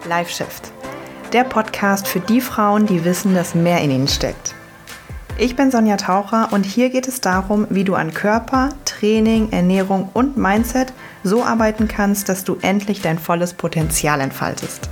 Life Shift, der Podcast für die Frauen, die wissen, dass mehr in ihnen steckt. Ich bin Sonja Taucher und hier geht es darum, wie du an Körper, Training, Ernährung und Mindset so arbeiten kannst, dass du endlich dein volles Potenzial entfaltest.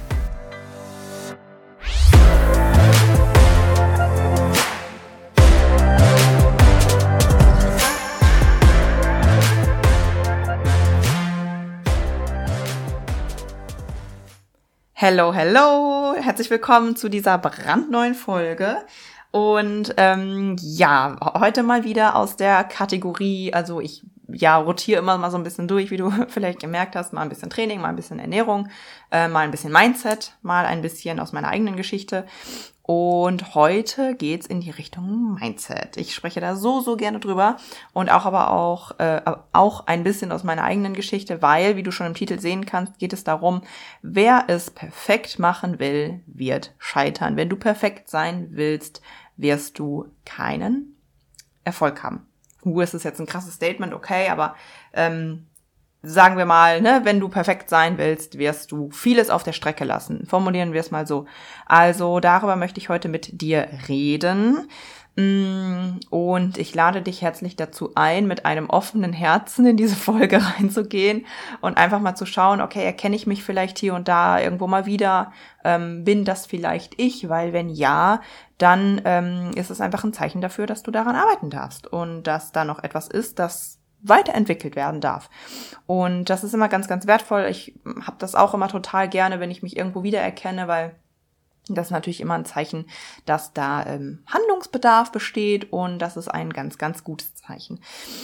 Hello, hello! Herzlich willkommen zu dieser brandneuen Folge. Und heute mal wieder aus der Kategorie, also ich rotiere immer mal so ein bisschen durch, wie du vielleicht gemerkt hast, mal ein bisschen Training, mal ein bisschen Ernährung, mal ein bisschen Mindset, mal ein bisschen aus meiner eigenen Geschichte. Und heute geht's in die Richtung Mindset. Ich spreche da so gerne drüber und auch ein bisschen aus meiner eigenen Geschichte, weil, wie du schon im Titel sehen kannst, geht es darum, wer es perfekt machen will, wird scheitern. Wenn du perfekt sein willst, wirst du keinen Erfolg haben. Es ist jetzt ein krasses Statement, okay, aber sagen wir mal, wenn du perfekt sein willst, wirst du vieles auf der Strecke lassen. Formulieren wir es mal so. Also darüber möchte ich heute mit dir reden. Und ich lade dich herzlich dazu ein, mit einem offenen Herzen in diese Folge reinzugehen und einfach mal zu schauen, okay, erkenne ich mich vielleicht hier und da irgendwo mal wieder? Bin das vielleicht ich? Weil wenn ja, dann ist es einfach ein Zeichen dafür, dass du daran arbeiten darfst und dass da noch etwas ist, das weiterentwickelt werden darf. Und das ist immer ganz, ganz wertvoll. Ich habe das auch immer total gerne, wenn ich mich irgendwo wiedererkenne, weil das ist natürlich immer ein Zeichen, dass da Handlungsbedarf besteht und das ist ein ganz, ganz gutes Zeichen.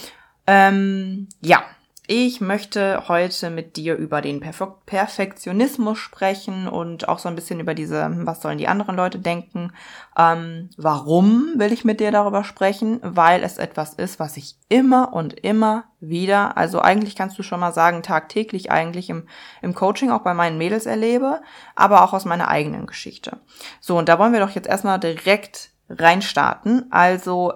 Ich möchte heute mit dir über den Perfektionismus sprechen und auch so ein bisschen über was sollen die anderen Leute denken. Warum will ich mit dir darüber sprechen? Weil es etwas ist, was ich immer und immer wieder, also eigentlich kannst du schon mal sagen, tagtäglich eigentlich im Coaching auch bei meinen Mädels erlebe, aber auch aus meiner eigenen Geschichte. So, und da wollen wir doch jetzt erstmal direkt reinstarten. Also,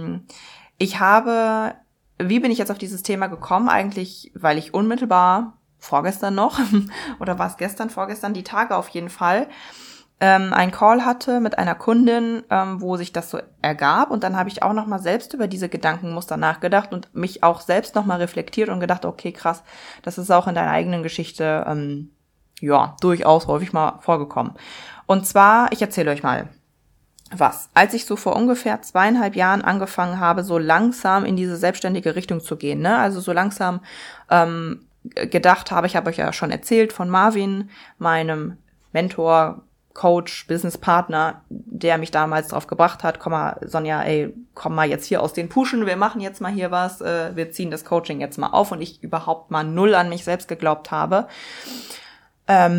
wie bin ich jetzt auf dieses Thema gekommen? Eigentlich, weil ich unmittelbar vorgestern noch, oder war es vorgestern, die Tage auf jeden Fall, einen Call hatte mit einer Kundin, wo sich das so ergab. Und dann habe ich auch nochmal selbst über diese Gedankenmuster nachgedacht und mich auch selbst nochmal reflektiert und gedacht, okay, krass, das ist auch in deiner eigenen Geschichte, durchaus häufig mal vorgekommen. Und zwar, ich erzähle euch mal als ich so vor ungefähr 2,5 Jahren angefangen habe, so langsam in diese selbstständige Richtung zu gehen, also so langsam gedacht habe, ich habe euch ja schon erzählt von Marvin, meinem Mentor, Coach, Businesspartner, der mich damals drauf gebracht hat, komm mal, Sonja, komm mal jetzt hier aus den Puschen, wir machen jetzt mal hier was, wir ziehen das Coaching jetzt mal auf und ich überhaupt mal null an mich selbst geglaubt habe, hat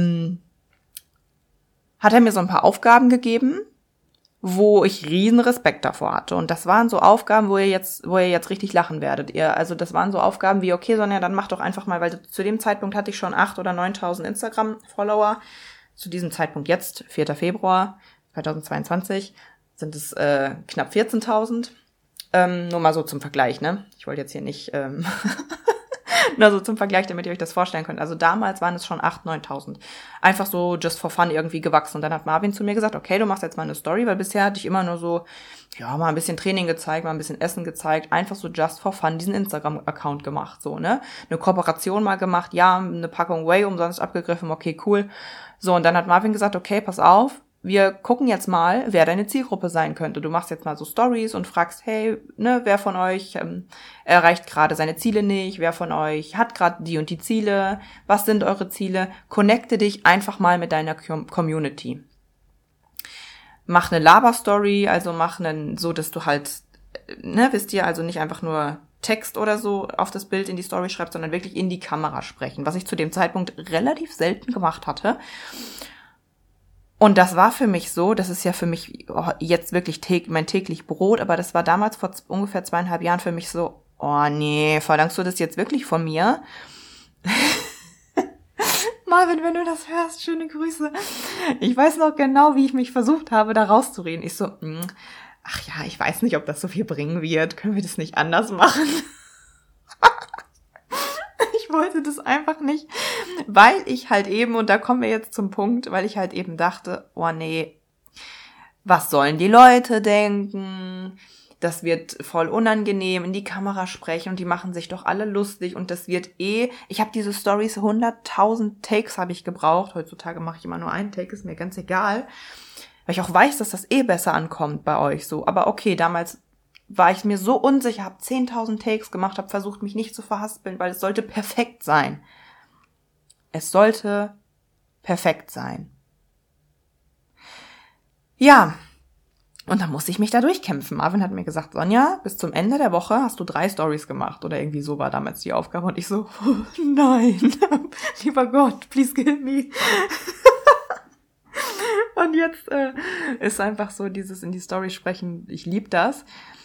er mir so ein paar Aufgaben gegeben, wo ich riesen Respekt davor hatte. Und das waren so Aufgaben, wo ihr jetzt richtig lachen werdet. Also das waren so Aufgaben wie, okay, Sonja, dann mach doch einfach mal, weil zu dem Zeitpunkt hatte ich schon 8.000 oder 9.000 Instagram-Follower. Zu diesem Zeitpunkt jetzt, 4. Februar 2022, sind es knapp 14.000. Nur mal so zum Vergleich, Ich wollte jetzt hier nicht... Nur so zum Vergleich, damit ihr euch das vorstellen könnt. Also damals waren es schon 8.000, 9.000. Einfach so just for fun irgendwie gewachsen. Und dann hat Marvin zu mir gesagt, okay, du machst jetzt mal eine Story, weil bisher hatte ich immer nur so, mal ein bisschen Training gezeigt, mal ein bisschen Essen gezeigt. Einfach so just for fun diesen Instagram-Account gemacht, so, Eine Kooperation mal gemacht, eine Packung Whey umsonst abgegriffen, okay, cool. So, und dann hat Marvin gesagt, okay, pass auf, wir gucken jetzt mal, wer deine Zielgruppe sein könnte. Du machst jetzt mal so Stories und fragst, hey, wer von euch erreicht gerade seine Ziele nicht? Wer von euch hat gerade die und die Ziele? Was sind eure Ziele? Connecte dich einfach mal mit deiner Community. Mach eine Laber-Story, also so, dass du halt, wisst ihr, also nicht einfach nur Text oder so auf das Bild in die Story schreibst, sondern wirklich in die Kamera sprechen, was ich zu dem Zeitpunkt relativ selten gemacht hatte. Und das war für mich so, das ist ja für mich jetzt wirklich mein täglich Brot, aber das war damals vor ungefähr 2,5 Jahren für mich so, oh nee, verlangst du das jetzt wirklich von mir? Marvin, wenn du das hörst, schöne Grüße. Ich weiß noch genau, wie ich mich versucht habe, da rauszureden. Ich so, ich weiß nicht, ob das so viel bringen wird. Können wir das nicht anders machen? Ich wollte es einfach nicht, weil ich halt eben, und da kommen wir jetzt zum Punkt, weil ich halt eben dachte, oh nee, was sollen die Leute denken? Das wird voll unangenehm, in die Kamera sprechen und die machen sich doch alle lustig und das wird ich habe diese Stories 100.000 Takes habe ich gebraucht. Heutzutage mache ich immer nur einen Take, ist mir ganz egal. Weil ich auch weiß, dass das besser ankommt bei euch so. Aber okay, damals war ich mir so unsicher, habe 10.000 Takes gemacht, habe versucht, mich nicht zu verhaspeln, weil es sollte perfekt sein. Es sollte perfekt sein. Ja, und dann musste ich mich da durchkämpfen. Marvin hat mir gesagt, Sonja, bis zum Ende der Woche hast du 3 Stories gemacht. Oder irgendwie so war damals die Aufgabe. Und ich so, oh, nein, lieber Gott, please kill me. Und jetzt ist einfach so dieses in die Story sprechen, ich liebe das.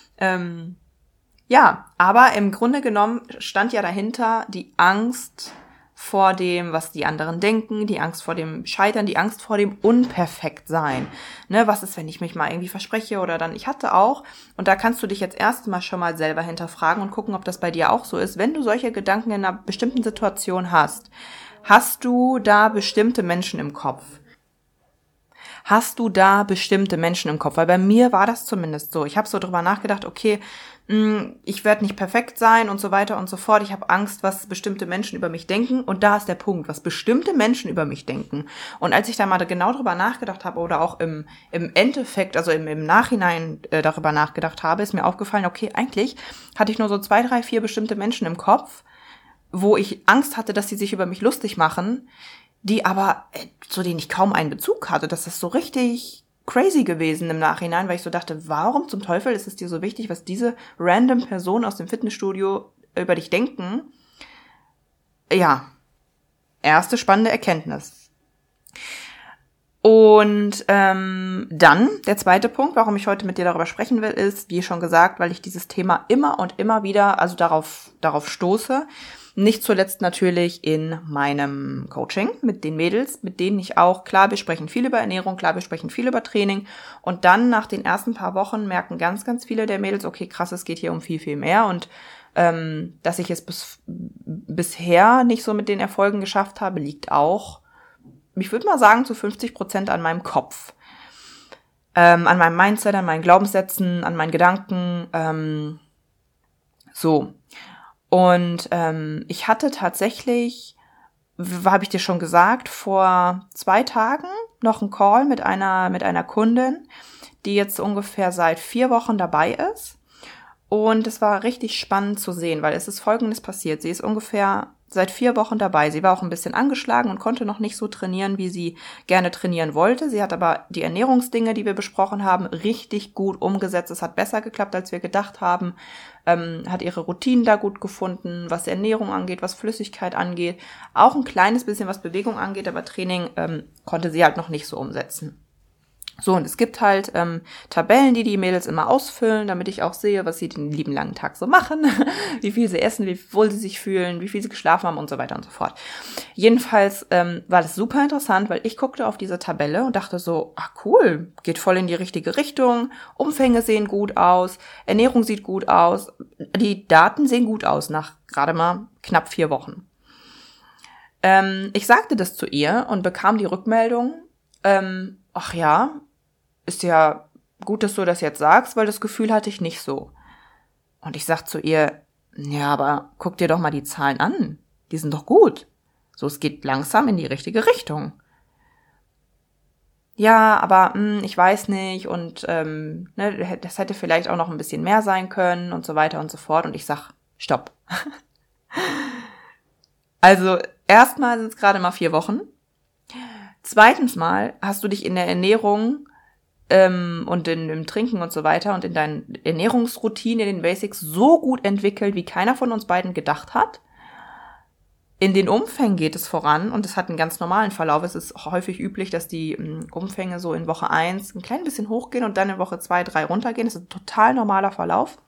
Ja, aber im Grunde genommen stand ja dahinter die Angst vor dem, was die anderen denken, die Angst vor dem Scheitern, die Angst vor dem Unperfektsein. Ne, was ist, wenn ich mich mal irgendwie verspreche oder dann, ich hatte auch, und da kannst du dich jetzt erstmal schon mal selber hinterfragen und gucken, ob das bei dir auch so ist. Wenn du solche Gedanken in einer bestimmten Situation hast, hast du da bestimmte Menschen im Kopf? Hast du da bestimmte Menschen im Kopf? Weil bei mir war das zumindest so. Ich habe so drüber nachgedacht, okay, ich werde nicht perfekt sein und so weiter und so fort. Ich habe Angst, was bestimmte Menschen über mich denken. Und da ist der Punkt, was bestimmte Menschen über mich denken. Und als ich da mal genau drüber nachgedacht habe oder auch im Endeffekt, also im Nachhinein darüber nachgedacht habe, ist mir aufgefallen, okay, eigentlich hatte ich nur so 2, 3, 4 bestimmte Menschen im Kopf, wo ich Angst hatte, dass sie sich über mich lustig machen, die aber, zu denen ich kaum einen Bezug hatte. Das ist so richtig crazy gewesen im Nachhinein, weil ich so dachte, warum zum Teufel ist es dir so wichtig, was diese random Personen aus dem Fitnessstudio über dich denken? Ja, erste spannende Erkenntnis. Und dann der zweite Punkt, warum ich heute mit dir darüber sprechen will, ist, wie schon gesagt, weil ich dieses Thema immer und immer wieder, also darauf stoße. Nicht zuletzt natürlich in meinem Coaching mit den Mädels, mit denen ich auch, klar, wir sprechen viel über Ernährung, klar, wir sprechen viel über Training. Und dann nach den ersten paar Wochen merken ganz, ganz viele der Mädels, okay, krass, es geht hier um viel, viel mehr. Und dass ich es bisher nicht so mit den Erfolgen geschafft habe, liegt auch, ich würde mal sagen, zu 50% an meinem Kopf. An meinem Mindset, an meinen Glaubenssätzen, an meinen Gedanken, so. Und ich hatte tatsächlich, habe ich dir schon gesagt, vor 2 Tagen noch einen Call mit einer Kundin, die jetzt ungefähr seit 4 Wochen dabei ist. Und es war richtig spannend zu sehen, weil es ist Folgendes passiert. Sie ist ungefähr seit 4 Wochen dabei. Sie war auch ein bisschen angeschlagen und konnte noch nicht so trainieren, wie sie gerne trainieren wollte. Sie hat aber die Ernährungsdinge, die wir besprochen haben, richtig gut umgesetzt. Es hat besser geklappt, als wir gedacht haben. Hat ihre Routinen da gut gefunden, was Ernährung angeht, was Flüssigkeit angeht. Auch ein kleines bisschen, was Bewegung angeht, aber Training konnte sie halt noch nicht so umsetzen. So, und es gibt halt Tabellen, die Mädels immer ausfüllen, damit ich auch sehe, was sie den lieben langen Tag so machen, wie viel sie essen, wie wohl sie sich fühlen, wie viel sie geschlafen haben und so weiter und so fort. Jedenfalls war das super interessant, weil ich guckte auf diese Tabelle und dachte so, ach cool, geht voll in die richtige Richtung, Umfänge sehen gut aus, Ernährung sieht gut aus, die Daten sehen gut aus nach gerade mal knapp 4 Wochen. Ich sagte das zu ihr und bekam die Rückmeldung, ach ja, ist ja gut, dass du das jetzt sagst, weil das Gefühl hatte ich nicht so. Und ich sag zu ihr, ja, aber guck dir doch mal die Zahlen an. Die sind doch gut. So, es geht langsam in die richtige Richtung. Ja, aber ich weiß nicht und das hätte vielleicht auch noch ein bisschen mehr sein können und so weiter und so fort. Und ich sag, stopp. Also, erstmal sind es gerade mal 4 Wochen. Zweitens mal hast du dich in der Ernährung und im Trinken und so weiter und in deinen Ernährungsroutinen, in den Basics so gut entwickelt, wie keiner von uns beiden gedacht hat. In den Umfängen geht es voran und es hat einen ganz normalen Verlauf. Es ist häufig üblich, dass die Umfänge so in Woche 1 ein klein bisschen hochgehen und dann in Woche 2, 3 runtergehen. Das ist ein total normaler Verlauf.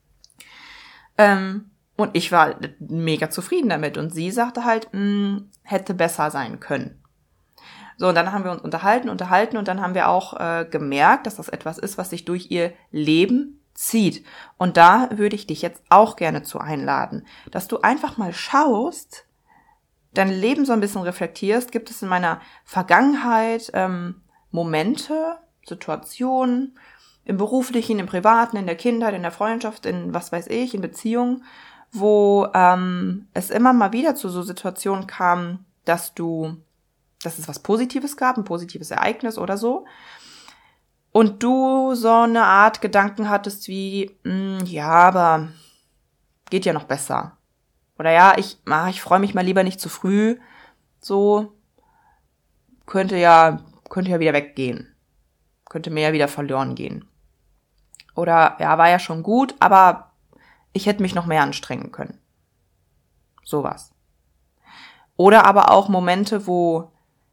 Und ich war mega zufrieden damit. Und sie sagte halt, hätte besser sein können. So, und dann haben wir uns unterhalten und dann haben wir auch gemerkt, dass das etwas ist, was sich durch ihr Leben zieht. Und da würde ich dich jetzt auch gerne zu einladen, dass du einfach mal schaust, dein Leben so ein bisschen reflektierst, gibt es in meiner Vergangenheit Momente, Situationen, im Beruflichen, im Privaten, in der Kindheit, in der Freundschaft, in was weiß ich, in Beziehungen, wo es immer mal wieder zu so Situationen kam, dass es was Positives gab, ein positives Ereignis oder so, und du so eine Art Gedanken hattest wie, ja, aber geht ja noch besser. Oder ja, ich freue mich mal lieber nicht zu früh, so, könnte ja wieder weggehen. Könnte mir ja wieder verloren gehen. Oder, ja, war ja schon gut, aber ich hätte mich noch mehr anstrengen können. Sowas. Oder aber auch Momente, wo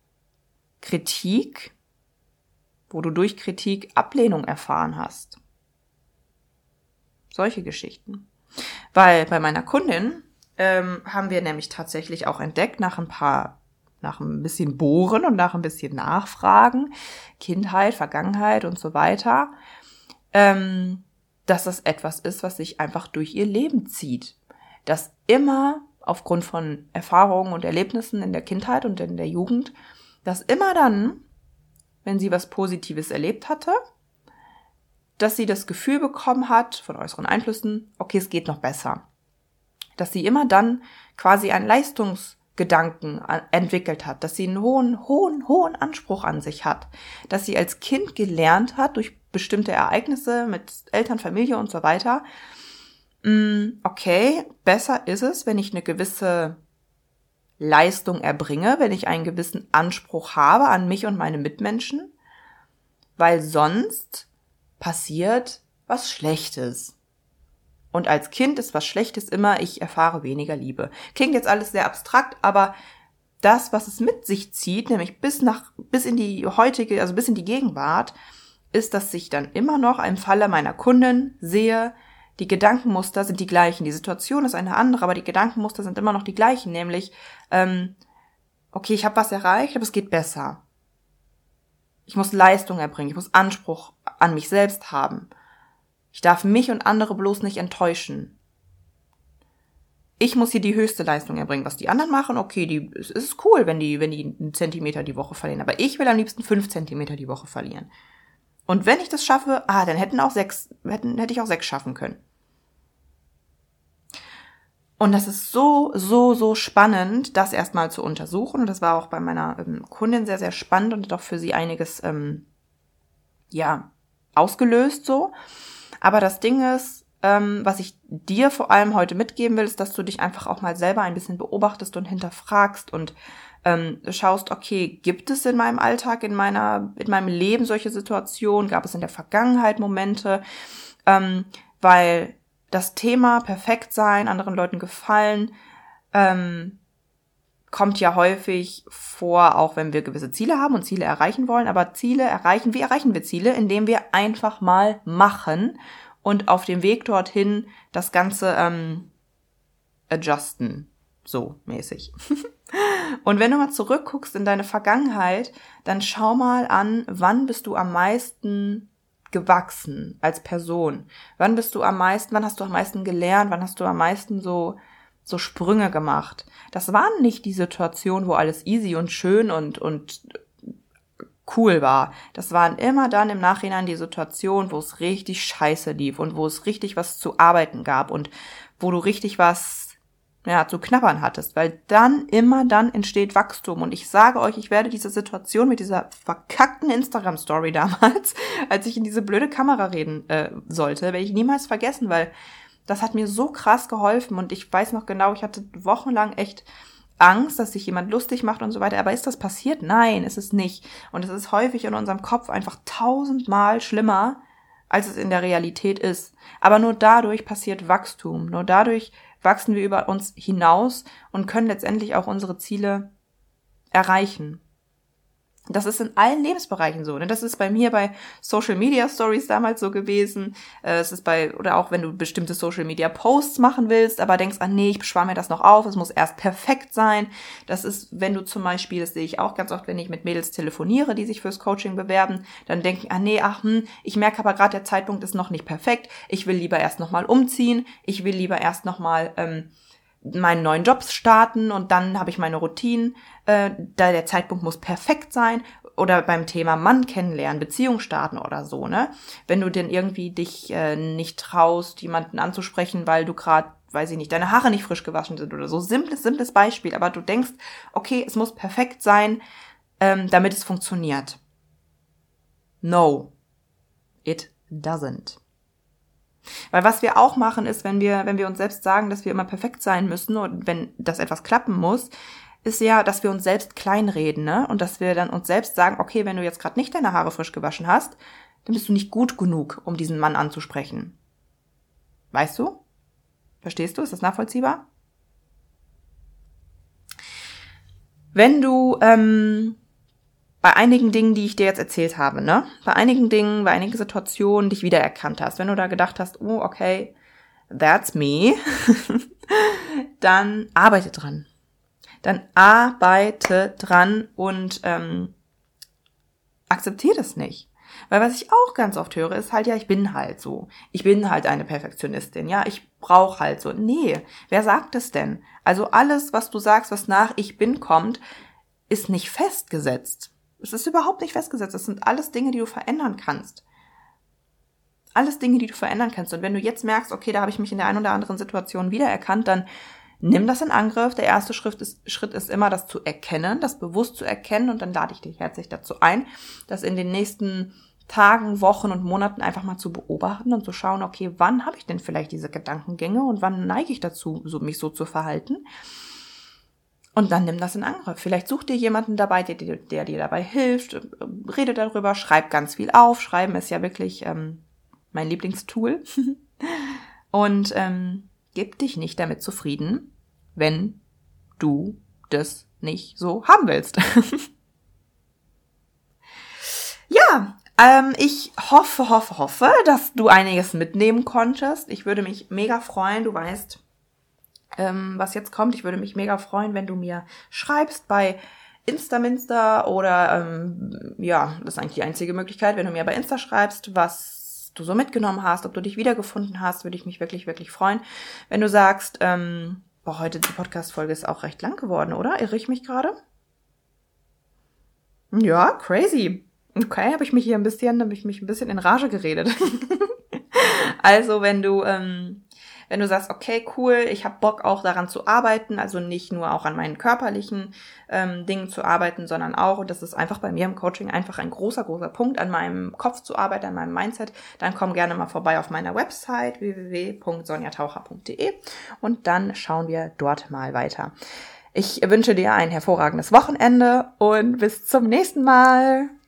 du durch Kritik Ablehnung erfahren hast. Solche Geschichten. Weil bei meiner Kundin haben wir nämlich tatsächlich auch entdeckt, nach ein bisschen Bohren und nach ein bisschen Nachfragen, Kindheit, Vergangenheit und so weiter, dass das etwas ist, was sich einfach durch ihr Leben zieht. Dass immer aufgrund von Erfahrungen und Erlebnissen in der Kindheit und in der Jugend, dass immer dann, wenn sie was Positives erlebt hatte, dass sie das Gefühl bekommen hat von äußeren Einflüssen, okay, es geht noch besser. Dass sie immer dann quasi einen Leistungsgedanken entwickelt hat, dass sie einen hohen Anspruch an sich hat, dass sie als Kind gelernt hat, durch bestimmte Ereignisse mit Eltern, Familie und so weiter, okay, besser ist es, wenn ich eine gewisse Leistung erbringe, wenn ich einen gewissen Anspruch habe an mich und meine Mitmenschen, weil sonst passiert was Schlechtes. Und als Kind ist was Schlechtes immer, ich erfahre weniger Liebe. Klingt jetzt alles sehr abstrakt, aber das, was es mit sich zieht, nämlich bis in die heutige, also bis in die Gegenwart, ist, dass ich dann immer noch im Falle meiner Kundin sehe, die Gedankenmuster sind die gleichen. Die Situation ist eine andere, aber die Gedankenmuster sind immer noch die gleichen, nämlich, okay, ich habe was erreicht, aber es geht besser. Ich muss Leistung erbringen, ich muss Anspruch an mich selbst haben. Ich darf mich und andere bloß nicht enttäuschen. Ich muss hier die höchste Leistung erbringen. Was die anderen machen, okay, es ist cool, wenn die 1 Zentimeter die Woche verlieren. Aber ich will am liebsten 5 Zentimeter die Woche verlieren. Und wenn ich das schaffe, dann hätte ich auch 6 schaffen können. Und das ist so spannend, das erstmal zu untersuchen. Und das war auch bei meiner Kundin sehr, sehr spannend und hat auch für sie einiges, ausgelöst so. Aber das Ding ist, was ich dir vor allem heute mitgeben will, ist, dass du dich einfach auch mal selber ein bisschen beobachtest und hinterfragst und schaust, okay, gibt es in meinem Alltag, in meinem Leben solche Situationen? Gab es in der Vergangenheit Momente? Weil das Thema perfekt sein, anderen Leuten gefallen, kommt ja häufig vor, auch wenn wir gewisse Ziele haben und Ziele erreichen wollen. Aber wie erreichen wir Ziele? Indem wir einfach mal machen und auf dem Weg dorthin das Ganze adjusten, so mäßig. Und wenn du mal zurückguckst in deine Vergangenheit, dann schau mal an, wann bist du am meisten gewachsen als Person? Wann hast du am meisten gelernt? Wann hast du am meisten so Sprünge gemacht? Das waren nicht die Situationen, wo alles easy und schön und cool war. Das waren immer dann im Nachhinein die Situationen, wo es richtig scheiße lief und wo es richtig was zu arbeiten gab und wo du richtig was zu knabbern hattest, weil dann entsteht Wachstum. Und ich sage euch, ich werde diese Situation mit dieser verkackten Instagram-Story damals, als ich in diese blöde Kamera reden sollte, werde ich niemals vergessen, weil das hat mir so krass geholfen und ich weiß noch genau, ich hatte wochenlang echt Angst, dass sich jemand lustig macht und so weiter. Aber ist das passiert? Nein, ist es nicht. Und es ist häufig in unserem Kopf einfach 1000-mal schlimmer, als es in der Realität ist. Aber nur dadurch passiert Wachstum. Nur dadurch wachsen wir über uns hinaus und können letztendlich auch unsere Ziele erreichen. Das ist in allen Lebensbereichen so. Das ist bei mir bei Social Media Stories damals so gewesen. Es ist oder auch wenn du bestimmte Social Media Posts machen willst, aber denkst, nee, ich spare mir das noch auf, es muss erst perfekt sein. Das ist, wenn du zum Beispiel, das sehe ich auch ganz oft, wenn ich mit Mädels telefoniere, die sich fürs Coaching bewerben, dann denken, ich merke aber gerade, der Zeitpunkt ist noch nicht perfekt. Ich will lieber erst nochmal umziehen. Ich will lieber erst nochmal meinen neuen Job starten und dann habe ich meine Routinen. Der Zeitpunkt muss perfekt sein. Oder beim Thema Mann kennenlernen, Beziehung starten oder so, ne? Wenn du denn irgendwie dich nicht traust, jemanden anzusprechen, weil du gerade, weiß ich nicht, deine Haare nicht frisch gewaschen sind oder so. Simples Beispiel. Aber du denkst, okay, es muss perfekt sein, damit es funktioniert. No, it doesn't. Weil was wir auch machen ist, wenn wir uns selbst sagen, dass wir immer perfekt sein müssen und wenn das etwas klappen muss, ist ja, dass wir uns selbst kleinreden, ne? Und dass wir dann uns selbst sagen, okay, wenn du jetzt gerade nicht deine Haare frisch gewaschen hast, dann bist du nicht gut genug, um diesen Mann anzusprechen. Weißt du? Verstehst du? Ist das nachvollziehbar? Wenn du bei einigen Dingen, die ich dir jetzt erzählt habe, ne? Bei einigen Dingen, bei einigen Situationen dich wiedererkannt hast, wenn du da gedacht hast, oh, okay, that's me, dann arbeite dran. Dann arbeite dran und akzeptiere das nicht. Weil was ich auch ganz oft höre, ist halt, ja, ich bin halt so. Ich bin halt eine Perfektionistin, ja, ich brauche halt so. Nee, wer sagt es denn? Also alles, was du sagst, was nach ich bin kommt, ist nicht festgesetzt. Es ist überhaupt nicht festgesetzt. Das sind alles Dinge, die du verändern kannst. Alles Dinge, die du verändern kannst. Und wenn du jetzt merkst, okay, da habe ich mich in der einen oder anderen Situation wiedererkannt, dann nimm das in Angriff. Der erste Schritt ist immer, das zu erkennen, das bewusst zu erkennen. Und dann lade ich dich herzlich dazu ein, das in den nächsten Tagen, Wochen und Monaten einfach mal zu beobachten und zu schauen, okay, wann habe ich denn vielleicht diese Gedankengänge und wann neige ich dazu, mich so zu verhalten? Und dann nimm das in Angriff. Vielleicht such dir jemanden dabei, der dir dabei hilft. Rede darüber, schreib ganz viel auf. Schreiben ist ja wirklich mein Lieblingstool. Und gib dich nicht damit zufrieden, wenn du das nicht so haben willst. Ja, ich hoffe, dass du einiges mitnehmen konntest. Ich würde mich mega freuen, du weißt, was jetzt kommt. Ich würde mich mega freuen, wenn du mir schreibst bei Instaminster oder ja, das ist eigentlich die einzige Möglichkeit, wenn du mir bei Insta schreibst, was du so mitgenommen hast, ob du dich wiedergefunden hast, würde ich mich wirklich, wirklich freuen. Wenn du sagst, heute die Podcast-Folge ist auch recht lang geworden, oder? Irre ich mich gerade? Ja, crazy. Okay, habe ich mich ein bisschen in Rage geredet. Also, wenn du sagst, okay, cool, ich habe Bock auch daran zu arbeiten, also nicht nur auch an meinen körperlichen Dingen zu arbeiten, sondern auch, und das ist einfach bei mir im Coaching einfach ein großer Punkt, an meinem Kopf zu arbeiten, an meinem Mindset, dann komm gerne mal vorbei auf meiner Website www.sonjataucher.de und dann schauen wir dort mal weiter. Ich wünsche dir ein hervorragendes Wochenende und bis zum nächsten Mal.